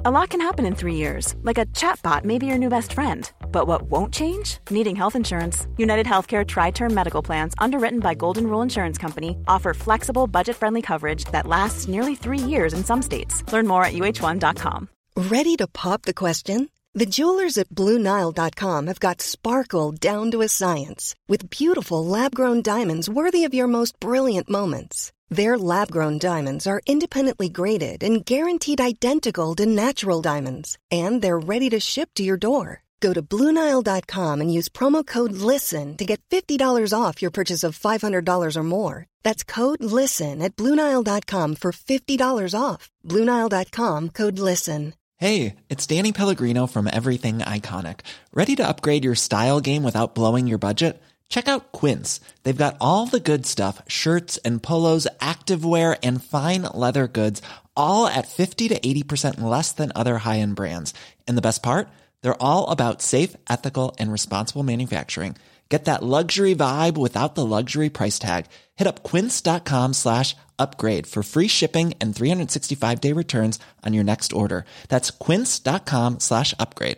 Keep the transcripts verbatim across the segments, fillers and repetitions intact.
A lot can happen in three years, like a chatbot may be your new best friend. But what won't change? Needing health insurance. United Healthcare Tri-Term Medical Plans, underwritten by Golden Rule Insurance Company, offer flexible, budget-friendly coverage that lasts nearly three years in some states. Learn more at U H one dot com. Ready to pop the question? The jewelers at Blue Nile dot com have got sparkle down to a science with beautiful lab-grown diamonds worthy of your most brilliant moments. Their lab-grown diamonds are independently graded and guaranteed identical to natural diamonds, and they're ready to ship to your door. Go to Blue Nile dot com and use promo code LISTEN to get fifty dollars off your purchase of five hundred dollars or more. That's code LISTEN at Blue Nile dot com for fifty dollars off. Blue Nile dot com, code LISTEN. Hey, it's Danny Pellegrino from Everything Iconic. Ready to upgrade your style game without blowing your budget? Check out Quince. They've got all the good stuff, shirts and polos, activewear, and fine leather goods, all at fifty to eighty percent less than other high-end brands. And the best part? They're all about safe, ethical, and responsible manufacturing. Get that luxury vibe without the luxury price tag. Hit up quince.com slash upgrade for free shipping and three sixty-five day returns on your next order. That's quince.com slash upgrade.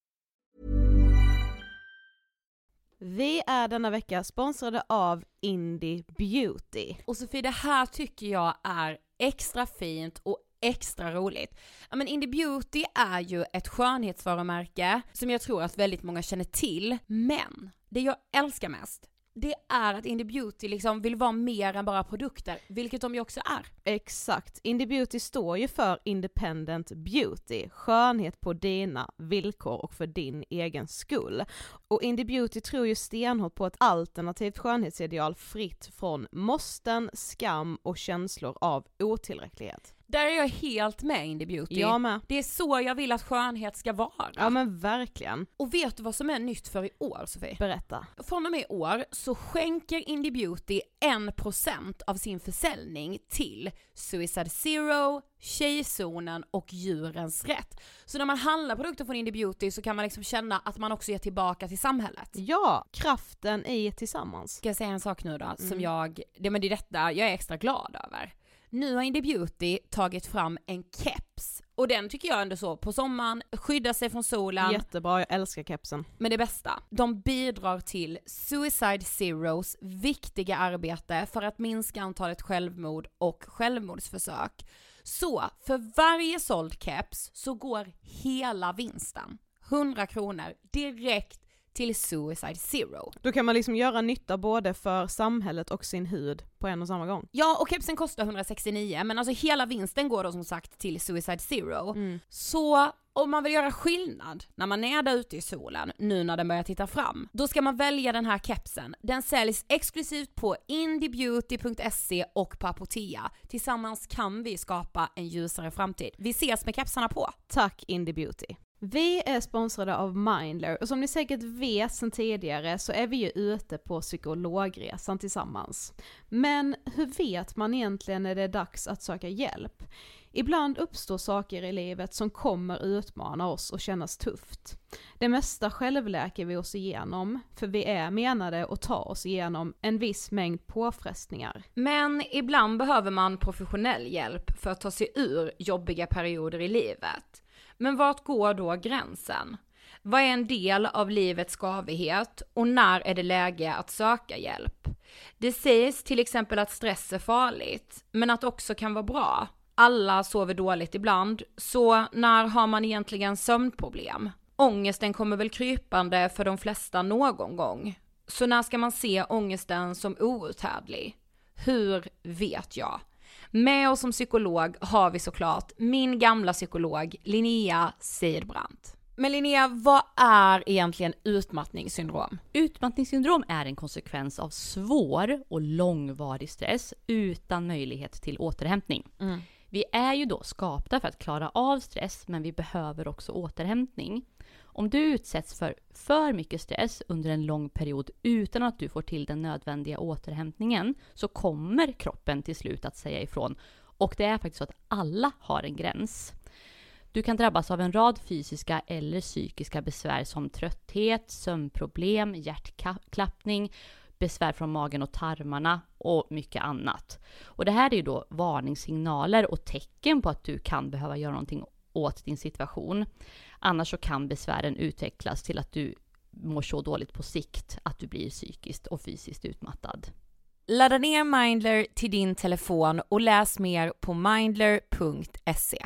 Vi är denna vecka sponsrade av Indie Beauty. Och Sofie, det här tycker jag är extra fint och extra roligt. Ja, men Indie Beauty är ju ett skönhetsvarumärke som jag tror att väldigt många känner till. Men det jag älskar mest, det är att Indie Beauty liksom vill vara mer än bara produkter, vilket de ju också är. Exakt. Indie Beauty står ju för Independent Beauty, skönhet på dina villkor och för din egen skull. Och Indie Beauty tror ju stenhårt på ett alternativt skönhetsideal fritt från måsten, skam och känslor av otillräcklighet. Där är jag helt med Indie Beauty. Jag med. Det är så jag vill att skönhet ska vara. Ja men verkligen. Och vet du vad som är nytt för i år, Sofie? Berätta. Från och med i år så skänker Indie Beauty en procent av sin försäljning till Suicide Zero, Tjejzonen och Djurens Rätt. Så när man handlar produkter från Indie Beauty så kan man liksom känna att man också ger tillbaka till samhället. Ja, kraften i tillsammans. Ska jag säga en sak nu då? Mm. Som jag, det, men det är detta jag är extra glad över. Nu har Indie Beauty tagit fram en keps. Och den tycker jag ändå så på sommaren, skydda sig från solen. Jättebra, jag älskar kepsen. Men det bästa, de bidrar till Suicide Zeros viktiga arbete för att minska antalet självmord och självmordsförsök. Så för varje såld keps så går hela vinsten, hundra kronor, direkt till Suicide Zero. Då kan man liksom göra nytta både för samhället och sin hud på en och samma gång. Ja, och kepsen kostar hundrasextionio, men alltså hela vinsten går då som sagt till Suicide Zero. Mm. Så om man vill göra skillnad när man är där ute i solen, nu när den börjar titta fram, då ska man välja den här kepsen. Den säljs exklusivt på indiebeauty punkt se och på Apotea. Tillsammans kan vi skapa en ljusare framtid. Vi ses med kepsarna på. Tack Indie Beauty. Vi är sponsrade av Mindler och som ni säkert vet sedan tidigare så är vi ju ute på psykologresan tillsammans. Men hur vet man egentligen när det är dags att söka hjälp? Ibland uppstår saker i livet som kommer utmana oss och kännas tufft. Det mesta självläker vi oss igenom, för vi är menade att ta oss igenom en viss mängd påfrestningar. Men ibland behöver man professionell hjälp för att ta sig ur jobbiga perioder i livet. Men vart går då gränsen? Vad är en del av livets skavighet och när är det läge att söka hjälp? Det sägs till exempel att stress är farligt, men att också kan vara bra. Alla sover dåligt ibland, så när har man egentligen sömnproblem? Ångesten kommer väl krypande för de flesta någon gång. Så när ska man se ångesten som outhärdlig? Hur vet jag? Med oss som psykolog har vi såklart min gamla psykolog Linnea Seidbrant. Men Linnea, vad är egentligen utmattningssyndrom? Utmattningssyndrom är en konsekvens av svår och långvarig stress utan möjlighet till återhämtning. Mm. Vi är ju då skapta för att klara av stress, men vi behöver också återhämtning. Om du utsätts för för mycket stress under en lång period utan att du får till den nödvändiga återhämtningen så kommer kroppen till slut att säga ifrån. Och det är faktiskt så att alla har en gräns. Du kan drabbas av en rad fysiska eller psykiska besvär som trötthet, sömnproblem, hjärtklappning, besvär från magen och tarmarna och mycket annat. Och det här är ju då varningssignaler och tecken på att du kan behöva göra någonting åt din situation. Annars så kan besvären utvecklas till att du mår så dåligt på sikt att du blir psykiskt och fysiskt utmattad. Ladda ner Mindler till din telefon och läs mer på mindler punkt se.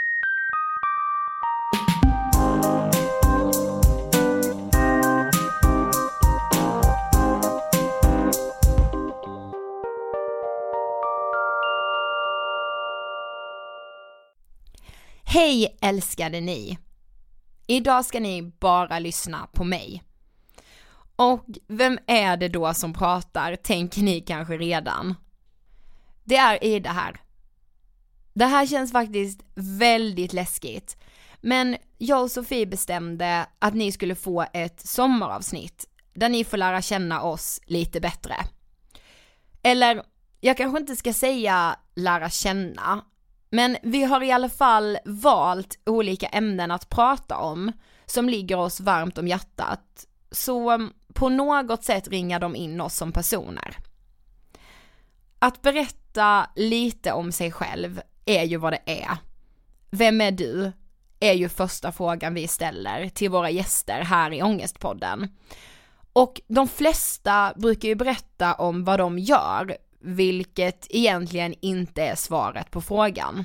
Hej älskade ni! Idag ska ni bara lyssna på mig. Och vem är det då som pratar, tänker ni kanske redan. Det är Ida här. Det här känns faktiskt väldigt läskigt. Men jag och Sofie bestämde att ni skulle få ett sommaravsnitt där ni får lära känna oss lite bättre. Eller, jag kanske inte ska säga lära känna. Men vi har i alla fall valt olika ämnen att prata om som ligger oss varmt om hjärtat. Så på något sätt ringar de in oss som personer. Att berätta lite om sig själv är ju vad det är. Vem är du? Är ju första frågan vi ställer till våra gäster här i Ångestpodden. Och de flesta brukar ju berätta om vad de gör, vilket egentligen inte är svaret på frågan.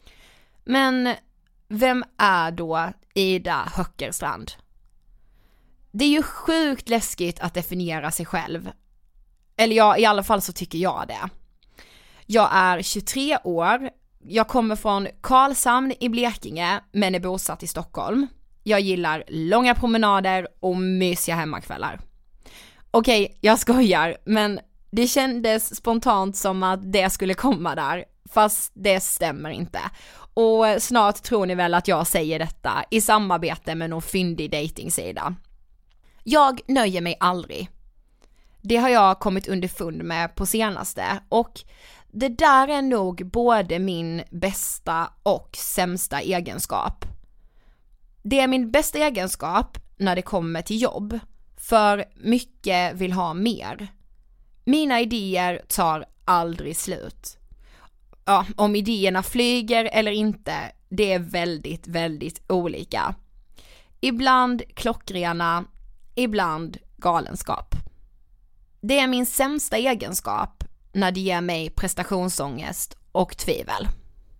Men vem är då Ida Höckerstrand? Det är ju sjukt läskigt att definiera sig själv. Eller ja, i alla fall så tycker jag det. Jag är tjugotre år. Jag kommer från Karlshamn i Blekinge men är bosatt i Stockholm. Jag gillar långa promenader och mysiga hemmakvällar. Okej, jag skojar, men det kändes spontant som att det skulle komma där, fast det stämmer inte. Och snart tror ni väl att jag säger detta i samarbete med någon fyndig datingsida. Jag nöjer mig aldrig. Det har jag kommit underfund med på senaste, och det där är nog både min bästa och sämsta egenskap. Det är min bästa egenskap när det kommer till jobb, för mycket vill ha mer. Mina idéer tar aldrig slut. Ja, om idéerna flyger eller inte, det är väldigt, väldigt olika. Ibland klockrena, ibland galenskap. Det är min sämsta egenskap när det ger mig prestationsångest och tvivel.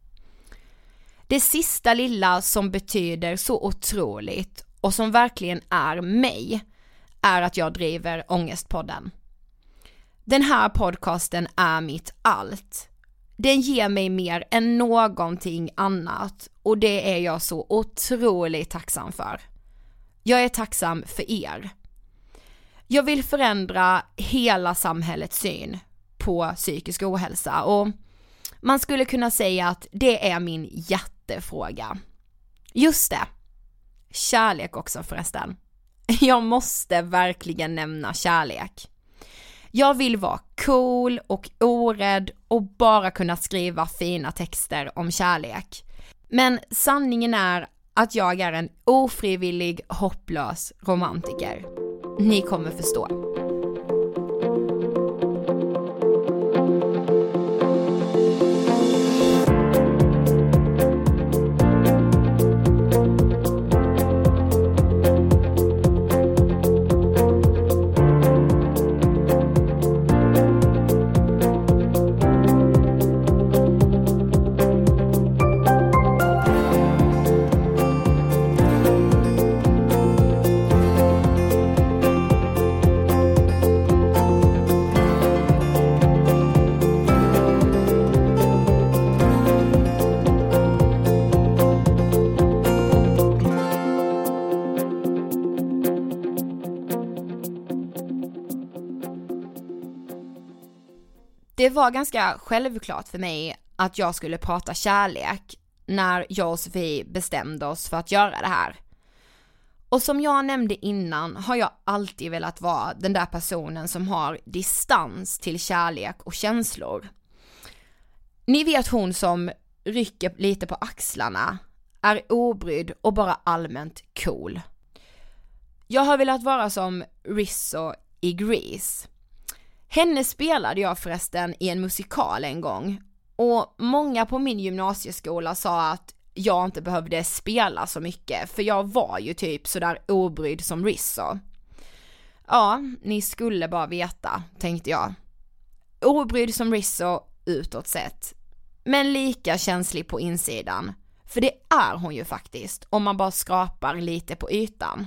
Det sista lilla som betyder så otroligt och som verkligen är mig är att jag driver Ångestpodden. Den här podcasten är mitt allt. Den ger mig mer än någonting annat, och det är jag så otroligt tacksam för. Jag är tacksam för er. Jag vill förändra hela samhällets syn på psykisk ohälsa, och man skulle kunna säga att det är min hjärtefråga. Just det. Kärlek också förresten. Jag måste verkligen nämna kärlek. Jag vill vara cool och orädd och bara kunna skriva fina texter om kärlek. Men sanningen är att jag är en ofrivillig, hopplös romantiker. Ni kommer förstå. Det var ganska självklart för mig att jag skulle prata kärlek när jag och Sofie bestämde oss för att göra det här. Och som jag nämnde innan har jag alltid velat vara den där personen som har distans till kärlek och känslor. Ni vet, hon som rycker lite på axlarna, är obrydd och bara allmänt cool. Jag har velat vara som Rizzo i Grease. Henne spelade jag förresten i en musikal en gång, och många på min gymnasieskola sa att jag inte behövde spela så mycket, för jag var ju typ sådär obrydd som Rizzo. Ja, ni skulle bara veta, tänkte jag. Obrydd som Rizzo utåt sett, men lika känslig på insidan. För det är hon ju faktiskt, om man bara skrapar lite på ytan.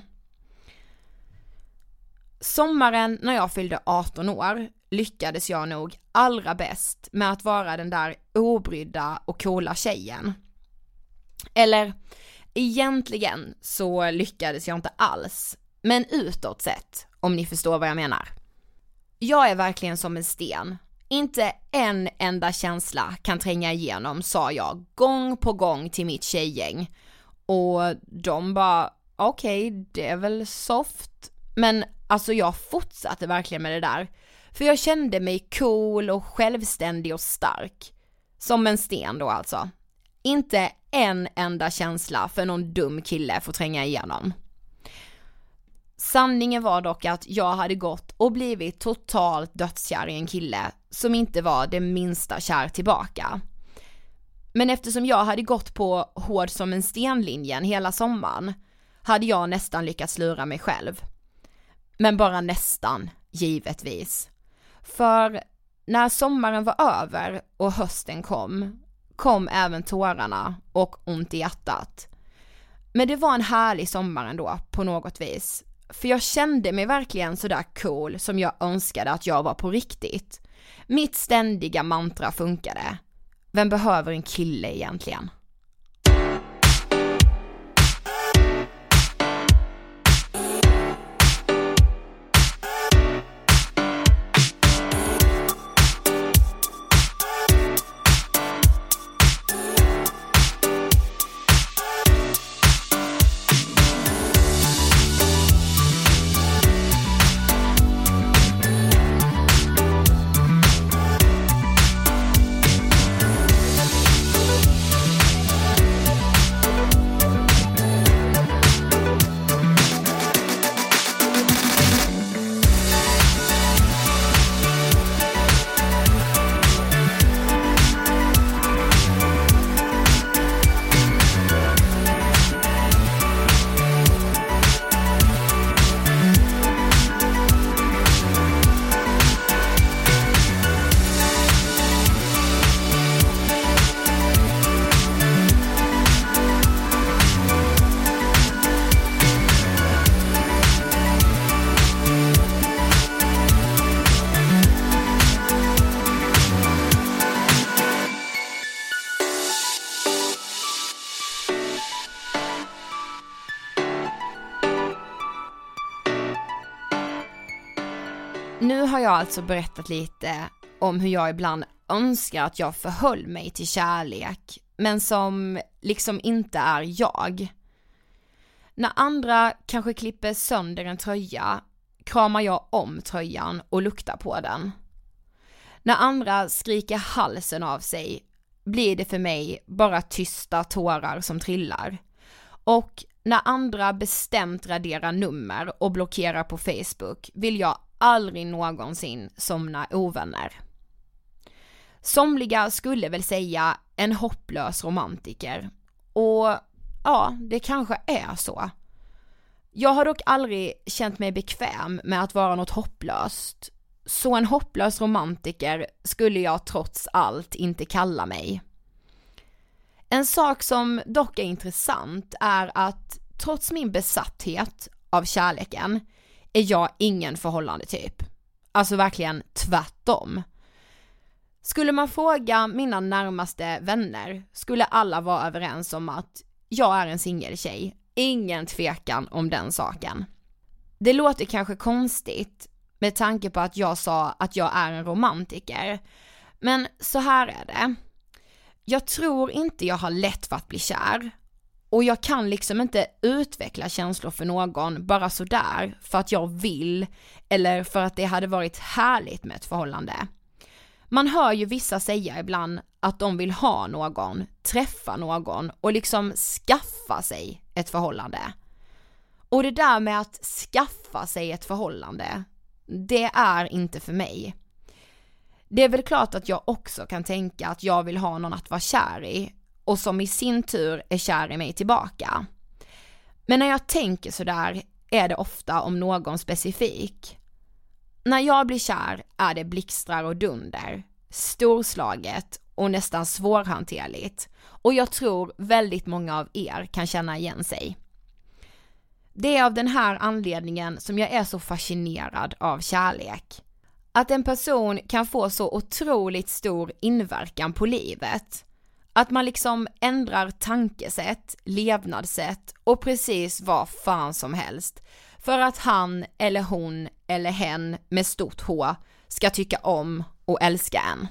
Sommaren när jag fyllde arton år lyckades jag nog allra bäst med att vara den där obrydda och coola tjejen. Eller egentligen så lyckades jag inte alls, men utåt sett, om ni förstår vad jag menar. Jag är verkligen som en sten. Inte en enda känsla kan tränga igenom, sa jag gång på gång till mitt tjejgäng. Och de bara, okej, okay, det är väl soft. Men alltså jag fortsatte verkligen med det där. För jag kände mig cool och självständig och stark. Som en sten då alltså. Inte en enda känsla för någon dum kille får tränga igenom. Sanningen var dock att jag hade gått och blivit totalt dödskär i en kille som inte var det minsta kär tillbaka. Men eftersom jag hade gått på hård som en stenlinjen hela sommaren hade jag nästan lyckats lura mig själv. Men bara nästan, givetvis. För när sommaren var över och hösten kom, kom även tårarna och ont i hjärtat. Men det var en härlig sommar ändå på något vis. För jag kände mig verkligen så där cool som jag önskade att jag var på riktigt. Mitt ständiga mantra funkade. Vem behöver en kille egentligen? Nu har jag alltså berättat lite om hur jag ibland önskar att jag förhöll mig till kärlek, men som liksom inte är jag. När andra kanske klipper sönder en tröja kramar jag om tröjan och luktar på den. När andra skriker halsen av sig blir det för mig bara tysta tårar som trillar. Och när andra bestämt raderar nummer och blockerar på Facebook vill jag aldrig någonsin somna ovänner. Somliga skulle väl säga en hopplös romantiker. Och ja, det kanske är så. Jag har dock aldrig känt mig bekväm med att vara något hopplöst. Så en hopplös romantiker skulle jag trots allt inte kalla mig. En sak som dock är intressant är att trots min besatthet av kärleken är jag ingen förhållande typ. Alltså verkligen tvärtom. Skulle man fråga mina närmaste vänner skulle alla vara överens om att jag är en singeltjej. Ingen tvekan om den saken. Det låter kanske konstigt med tanke på att jag sa att jag är en romantiker. Men så här är det. Jag tror inte jag har lätt för att bli kär. Och jag kan liksom inte utveckla känslor för någon bara så där för att jag vill eller för att det hade varit härligt med ett förhållande. Man hör ju vissa säga ibland att de vill ha någon, träffa någon och liksom skaffa sig ett förhållande. Och det där med att skaffa sig ett förhållande, det är inte för mig. Det är väl klart att jag också kan tänka att jag vill ha någon att vara kär i. och som i sin tur är kär i mig tillbaka. Men när jag tänker så där är det ofta om någon specifik. När jag blir kär är det blixtrar och dunder, storslaget och nästan svårhanterligt, och jag tror väldigt många av er kan känna igen sig. Det är av den här anledningen som jag är så fascinerad av kärlek. Att en person kan få så otroligt stor inverkan på livet. Att man liksom ändrar tankesätt, levnadssätt och precis vad fan som helst. För att han eller hon eller hen med stort H ska tycka om och älska en.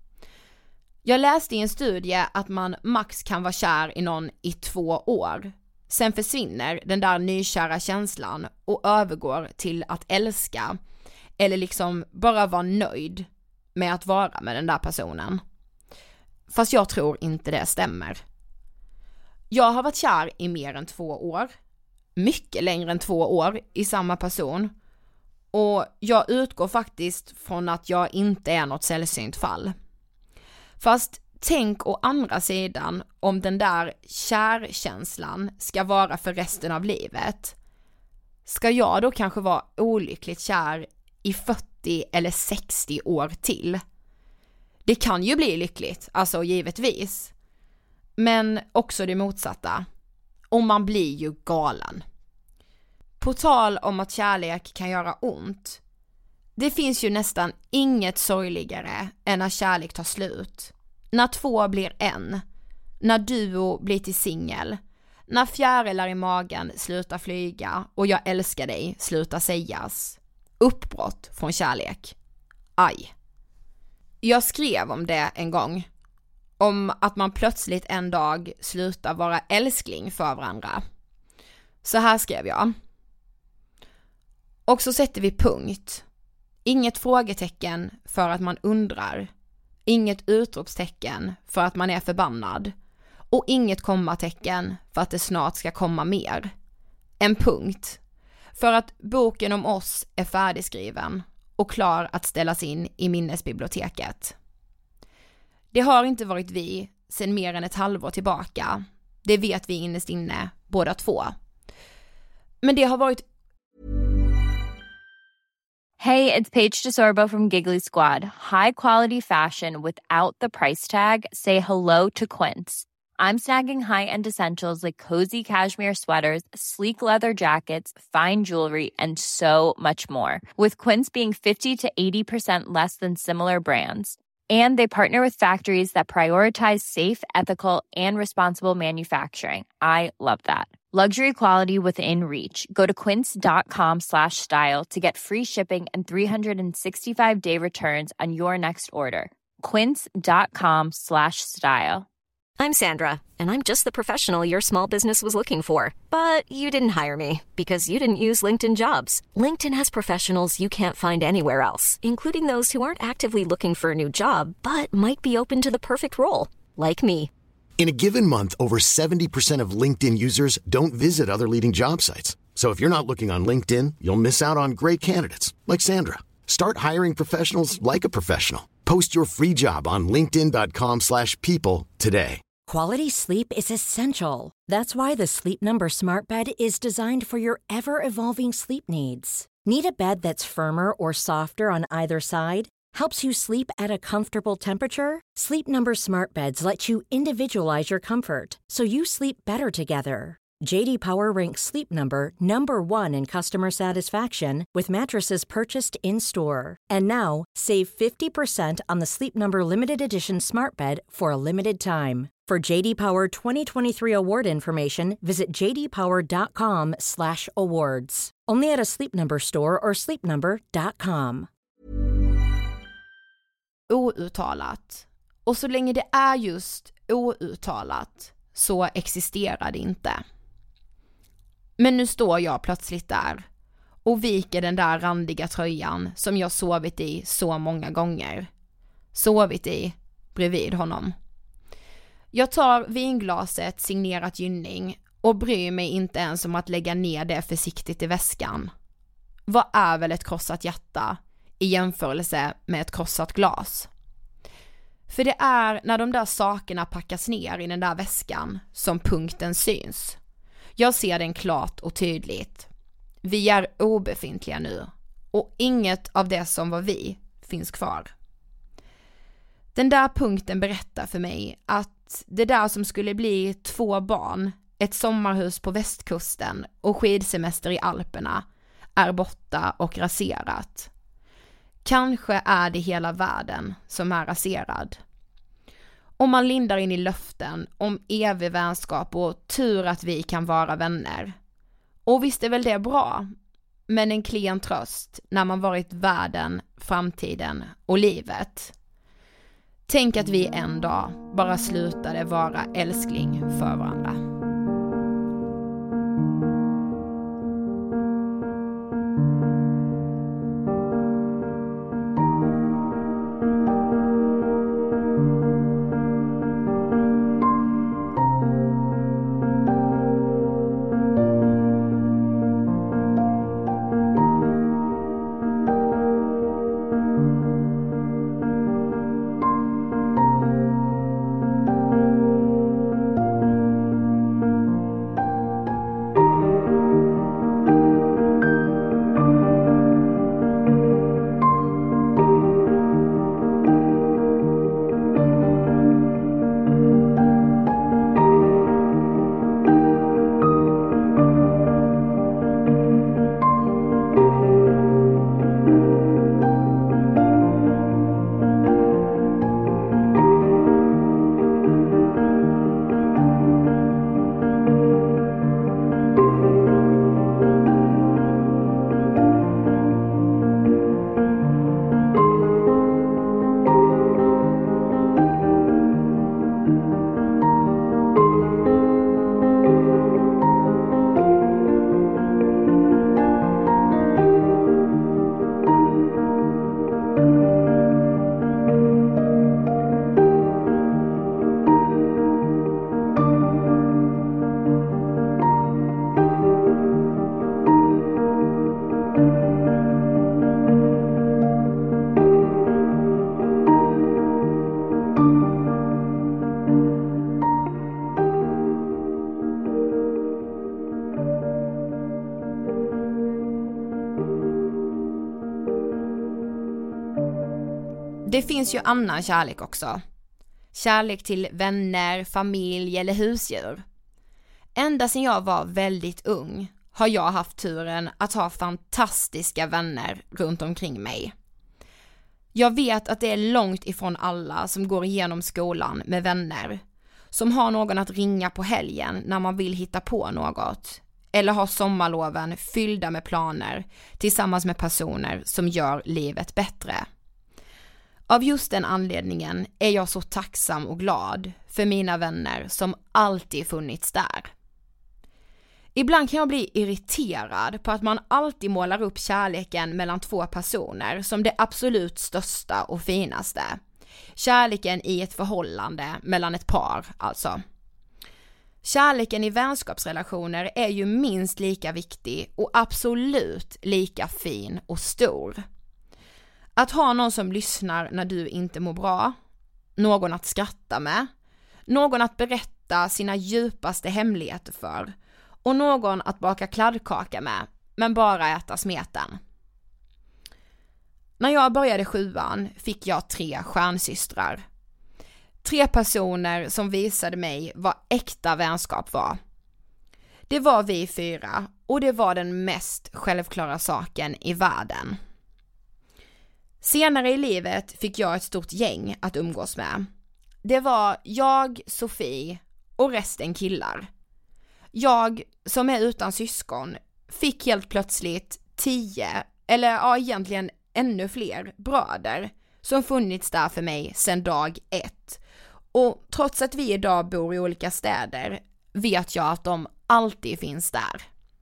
Jag läste i en studie att man max kan vara kär i någon i två år. Sen försvinner den där nykära känslan och övergår till att älska. Eller liksom bara vara nöjd med att vara med den där personen. Fast jag tror inte det stämmer. Jag har varit kär i mer än två år. Mycket längre än två år i samma person. Och jag utgår faktiskt från att jag inte är något sällsynt fall. Fast tänk å andra sidan om den där kärkänslan ska vara för resten av livet. Ska jag då kanske vara olyckligt kär i fyrtio eller sextio år till? Det kan ju bli lyckligt, alltså givetvis. Men också det motsatta. Och man blir ju galen. På tal om att kärlek kan göra ont. Det finns ju nästan inget sorgligare än när kärlek tar slut. När två blir en. När duo blir till singel. När fjärilar i magen slutar flyga och jag älskar dig slutar sägas. Uppbrott från kärlek. Aj. Jag skrev om det en gång. Om att man plötsligt en dag slutar vara älskling för varandra. Så här skrev jag. Och så sätter vi punkt. Inget frågetecken för att man undrar. Inget utropstecken för att man är förbannad. Och inget kommatecken för att det snart ska komma mer. En punkt. För att boken om oss är färdigskriven och klar att ställas in i minnesbiblioteket. Det har inte varit vi sedan mer än ett halvår tillbaka. Det vet vi innerst inne, båda två. Men det har varit... Hey, it's Paige DeSorbo from Giggly Squad. High quality fashion without the price tag. Say hello to Quince. I'm snagging high-end essentials like cozy cashmere sweaters, sleek leather jackets, fine jewelry, and so much more. With Quince being fifty to eighty percent less than similar brands. And they partner with factories that prioritize safe, ethical, and responsible manufacturing. I love that. Luxury quality within reach. Go to quince.com slash style to get free shipping and three sixty-five day returns on your next order. Quince.com slash style. I'm Sandra, and I'm just the professional your small business was looking for. But you didn't hire me because you didn't use LinkedIn Jobs. LinkedIn has professionals you can't find anywhere else, including those who aren't actively looking for a new job, but might be open to the perfect role, like me. In a given month, over seventy percent of LinkedIn users don't visit other leading job sites. So if you're not looking on LinkedIn, you'll miss out on great candidates like Sandra. Start hiring professionals like a professional. Post your free job on linkedin.com slash people today. Quality sleep is essential. That's why the Sleep Number Smart Bed is designed for your ever-evolving sleep needs. Need a bed that's firmer or softer on either side? Helps you sleep at a comfortable temperature? Sleep Number Smart Beds let you individualize your comfort so you sleep better together. J D Power ranks Sleep Number number one in customer satisfaction with mattresses purchased in-store. And now, save fifty percent on the Sleep Number Limited Edition Smart Bed for a limited time. For J D Power twenty twenty-three award information, visit j d power dot com slash awards. Only at a Sleep Number store or sleep number dot com. Outtalat. Och så länge det är just outtalat så existerar det inte. Men nu står jag plötsligt där och viker den där randiga tröjan som jag sovit i så många gånger. Sovit i bredvid honom. Jag tar vinglaset signerat Gynning och bryr mig inte ens om att lägga ner det försiktigt i väskan. Vad är väl ett krossat hjärta i jämförelse med ett krossat glas? För det är när de där sakerna packas ner i den där väskan som punkten syns. Jag ser den klart och tydligt. Vi är obefintliga nu och inget av det som var vi finns kvar. Den där punkten berättar för mig att det där som skulle bli två barn, ett sommarhus på västkusten och skidsemester i Alperna är borta och raserat. Kanske är det hela världen som är raserad. Om man lindar in i löften om evig vänskap och tur att vi kan vara vänner. Och visst är väl det bra, men en klen tröst när man varit världen, framtiden och livet. Tänk att vi en dag bara slutade vara älskling för varandra. Det finns ju annan kärlek också. Kärlek till vänner, familj eller husdjur. Ända sedan jag var väldigt ung har jag haft turen att ha fantastiska vänner runt omkring mig. Jag vet att det är långt ifrån alla som går igenom skolan med vänner, som har någon att ringa på helgen när man vill hitta på något, eller har sommarloven fyllda med planer tillsammans med personer som gör livet bättre. Av just den anledningen är jag så tacksam och glad för mina vänner som alltid funnits där. Ibland kan jag bli irriterad på att man alltid målar upp kärleken mellan två personer som det absolut största och finaste. Kärleken i ett förhållande mellan ett par, alltså. Kärleken i vänskapsrelationer är ju minst lika viktig och absolut lika fin och stor. Att ha någon som lyssnar när du inte mår bra, någon att skratta med, någon att berätta sina djupaste hemligheter för och någon att baka kladdkaka med, men bara äta smeten. När jag började sjuan fick jag tre stjärnsystrar. Tre personer som visade mig vad äkta vänskap var. Det var vi fyra och det var den mest självklara saken i världen. Senare i livet fick jag ett stort gäng att umgås med. Det var jag, Sofie och resten killar. Jag, som är utan syskon, fick helt plötsligt tio, eller ja, egentligen ännu fler bröder som funnits där för mig sedan dag ett. Och trots att vi idag bor i olika städer vet jag att de alltid finns där.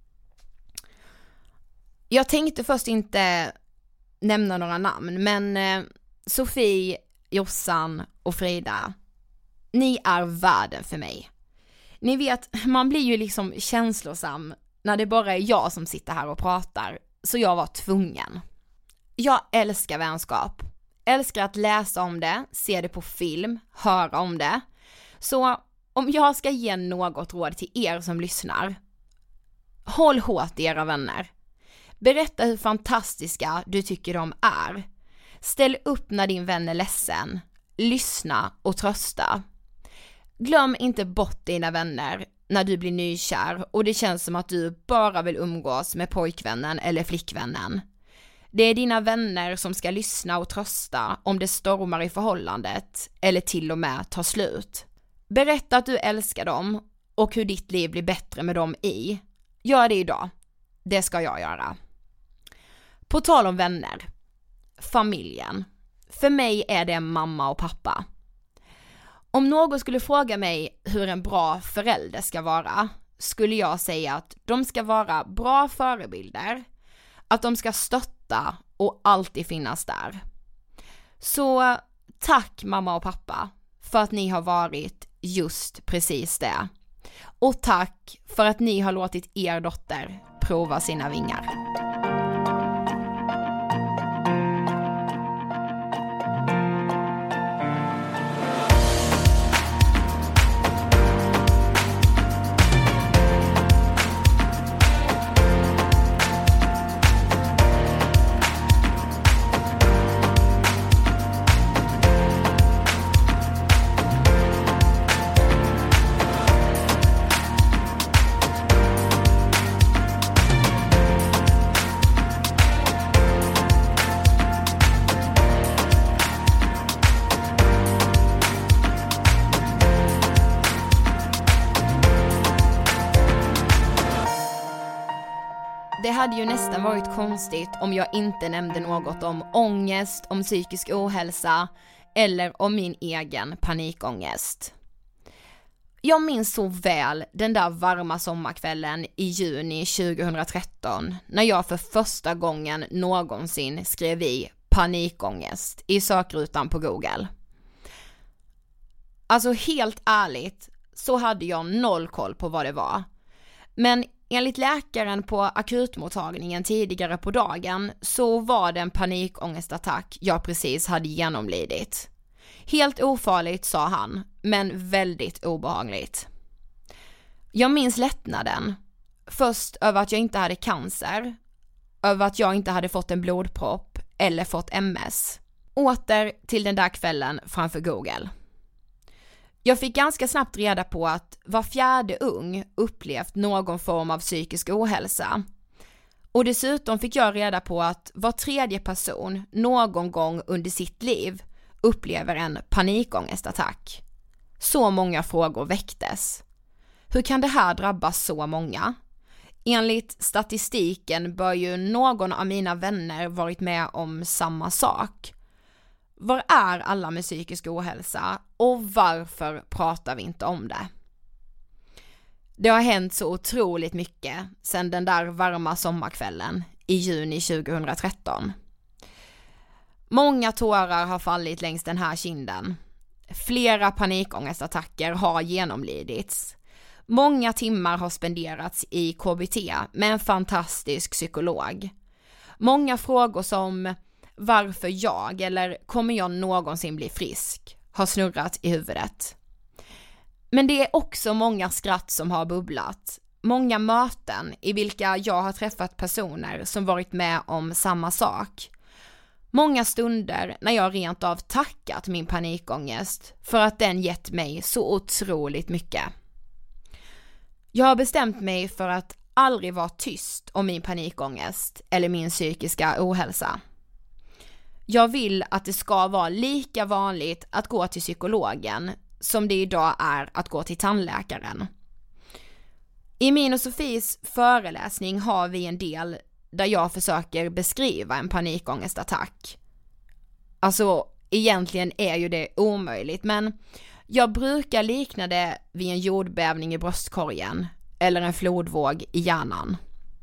Jag tänkte först inte nämna några namn, men eh, Sofie, Jossan och Frida, ni är världen för mig. Ni vet, man blir ju liksom känslosam när det bara är jag som sitter här och pratar, så jag var tvungen. Jag älskar vänskap, älskar att läsa om det, se det på film, höra om det. Så om jag ska ge något råd till er som lyssnar, håll hårt i era vänner. Berätta hur fantastiska du tycker de är. Ställ upp när din vän är ledsen. Lyssna och trösta. Glöm inte bort dina vänner när du blir nykär och det känns som att du bara vill umgås med pojkvännen eller flickvännen. Det är dina vänner som ska lyssna och trösta om det stormar i förhållandet eller till och med tar slut. Berätta att du älskar dem och hur ditt liv blir bättre med dem i. Gör det idag. Det ska jag göra. På tal om vänner. Familjen. För mig är det mamma och pappa. Om någon skulle fråga mig hur en bra förälder ska vara, skulle jag säga att de ska vara bra förebilder, att de ska stötta och alltid finnas där. Så tack mamma och pappa för att ni har varit just precis det. Och tack för att ni har låtit er dotter prova sina vingar. Det hade ju nästan varit konstigt om jag inte nämnde något om ångest, om psykisk ohälsa eller om min egen panikångest. Jag minns så väl den där varma sommarkvällen i juni tjugohundratretton när jag för första gången någonsin skrev i panikångest i sökrutan på Google. Alltså helt ärligt så hade jag noll koll på vad det var. Men enligt läkaren på akutmottagningen tidigare på dagen så var det en panikångestattack jag precis hade genomlidit. Helt ofarligt, sa han, men väldigt obehagligt. Jag minns lättnaden. Först över att jag inte hade cancer, över att jag inte hade fått en blodpropp eller fått M S. Åter till den där kvällen framför Google. Jag fick ganska snabbt reda på att var fjärde ung upplevt någon form av psykisk ohälsa. Och dessutom fick jag reda på att var tredje person någon gång under sitt liv upplever en panikångestattack. Så många frågor väcktes. Hur kan det här drabba så många? Enligt statistiken bör ju någon av mina vänner varit med om samma sak. Var är alla med psykisk ohälsa och varför pratar vi inte om det? Det har hänt så otroligt mycket sedan den där varma sommarkvällen i juni tjugohundratretton. Många tårar har fallit längs den här kinden. Flera panikångestattacker har genomlidits. Många timmar har spenderats i K B T med en fantastisk psykolog. Många frågor som varför jag eller kommer jag någonsin bli frisk har snurrat i huvudet. Men det är också många skratt som har bubblat. Många möten i vilka jag har träffat personer som varit med om samma sak. Många stunder när jag rent av tackat min panikångest för att den gett mig så otroligt mycket. Jag har bestämt mig för att aldrig vara tyst om min panikångest eller min psykiska ohälsa. Jag vill att det ska vara lika vanligt att gå till psykologen som det idag är att gå till tandläkaren. I min och Sofies föreläsning har vi en del där jag försöker beskriva en panikångestattack. Alltså, egentligen är ju det omöjligt, men jag brukar likna det vid en jordbävning i bröstkorgen eller en flodvåg i hjärnan.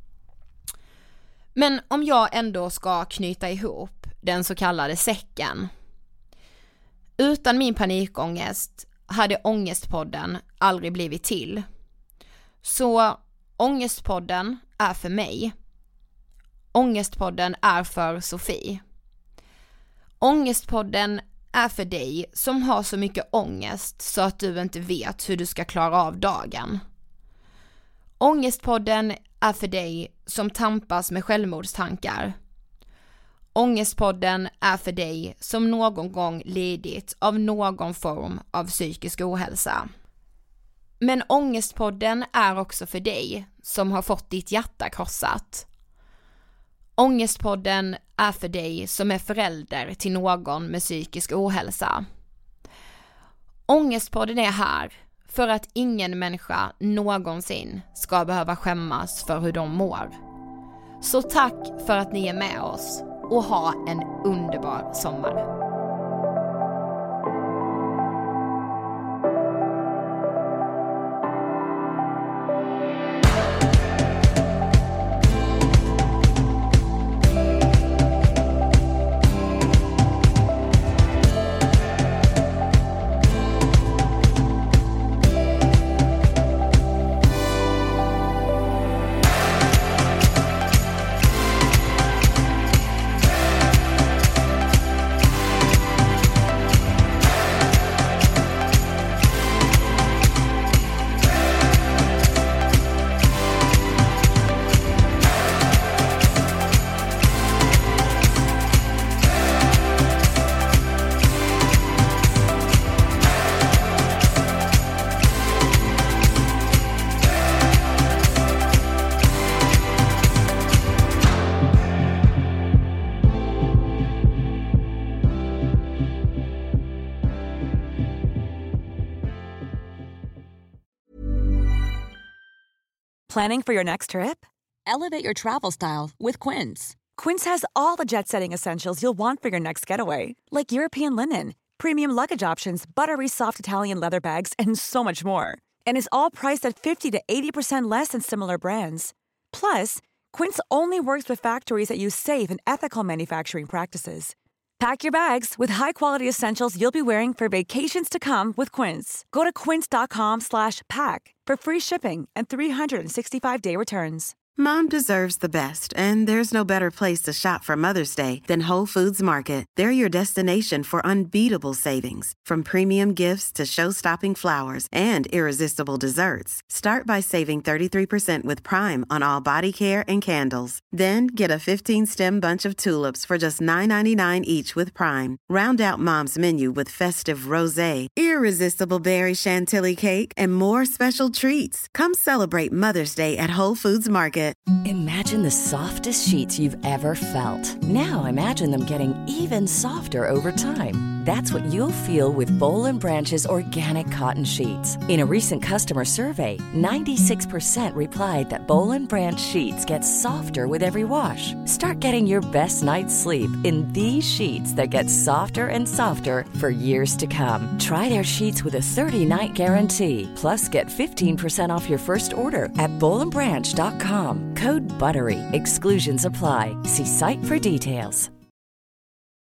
Men om jag ändå ska knyta ihop den så kallade säcken. Utan min panikångest hade Ångestpodden aldrig blivit till. Så Ångestpodden är för mig. Ångestpodden är för Sofie. Ångestpodden är för dig som har så mycket ångest så att du inte vet hur du ska klara av dagen. Ångestpodden är för dig som tampas med självmordstankar. Ångestpodden är för dig som någon gång lidit av någon form av psykisk ohälsa. Men Ångestpodden är också för dig som har fått ditt hjärta krossat. Ångestpodden är för dig som är förälder till någon med psykisk ohälsa. Ångestpodden är här för att ingen människa någonsin ska behöva skämmas för hur de mår. Så tack för att ni är med oss och ha en underbar sommar. Planning for your next trip? Elevate your travel style with Quince. Quince has all the jet-setting essentials you'll want for your next getaway, like European linen, premium luggage options, buttery soft Italian leather bags, and so much more. And is all priced at fifty to eighty percent less than similar brands. Plus, Quince only works with factories that use safe and ethical manufacturing practices. Pack your bags with high-quality essentials you'll be wearing for vacations to come with Quince. Go to quince.com slash pack for free shipping and three sixty-five day returns. Mom deserves the best, and there's no better place to shop for Mother's Day than Whole Foods Market. They're your destination for unbeatable savings, from premium gifts to show-stopping flowers and irresistible desserts. Start by saving thirty-three percent with Prime on all body care and candles. Then get a fifteen-stem bunch of tulips for just nine ninety-nine each with Prime. Round out Mom's menu with festive rosé, irresistible berry chantilly cake, and more special treats. Come celebrate Mother's Day at Whole Foods Market. Imagine the softest sheets you've ever felt. Now imagine them getting even softer over time. That's what you'll feel with Boll and Branch's organic cotton sheets. In a recent customer survey, ninety-six percent replied that Boll and Branch sheets get softer with every wash. Start getting your best night's sleep in these sheets that get softer and softer for years to come. Try their sheets with a thirty-night guarantee. Plus, get fifteen percent off your first order at boll and branch dot com. Code BUTTERY. Exclusions apply. See site for details.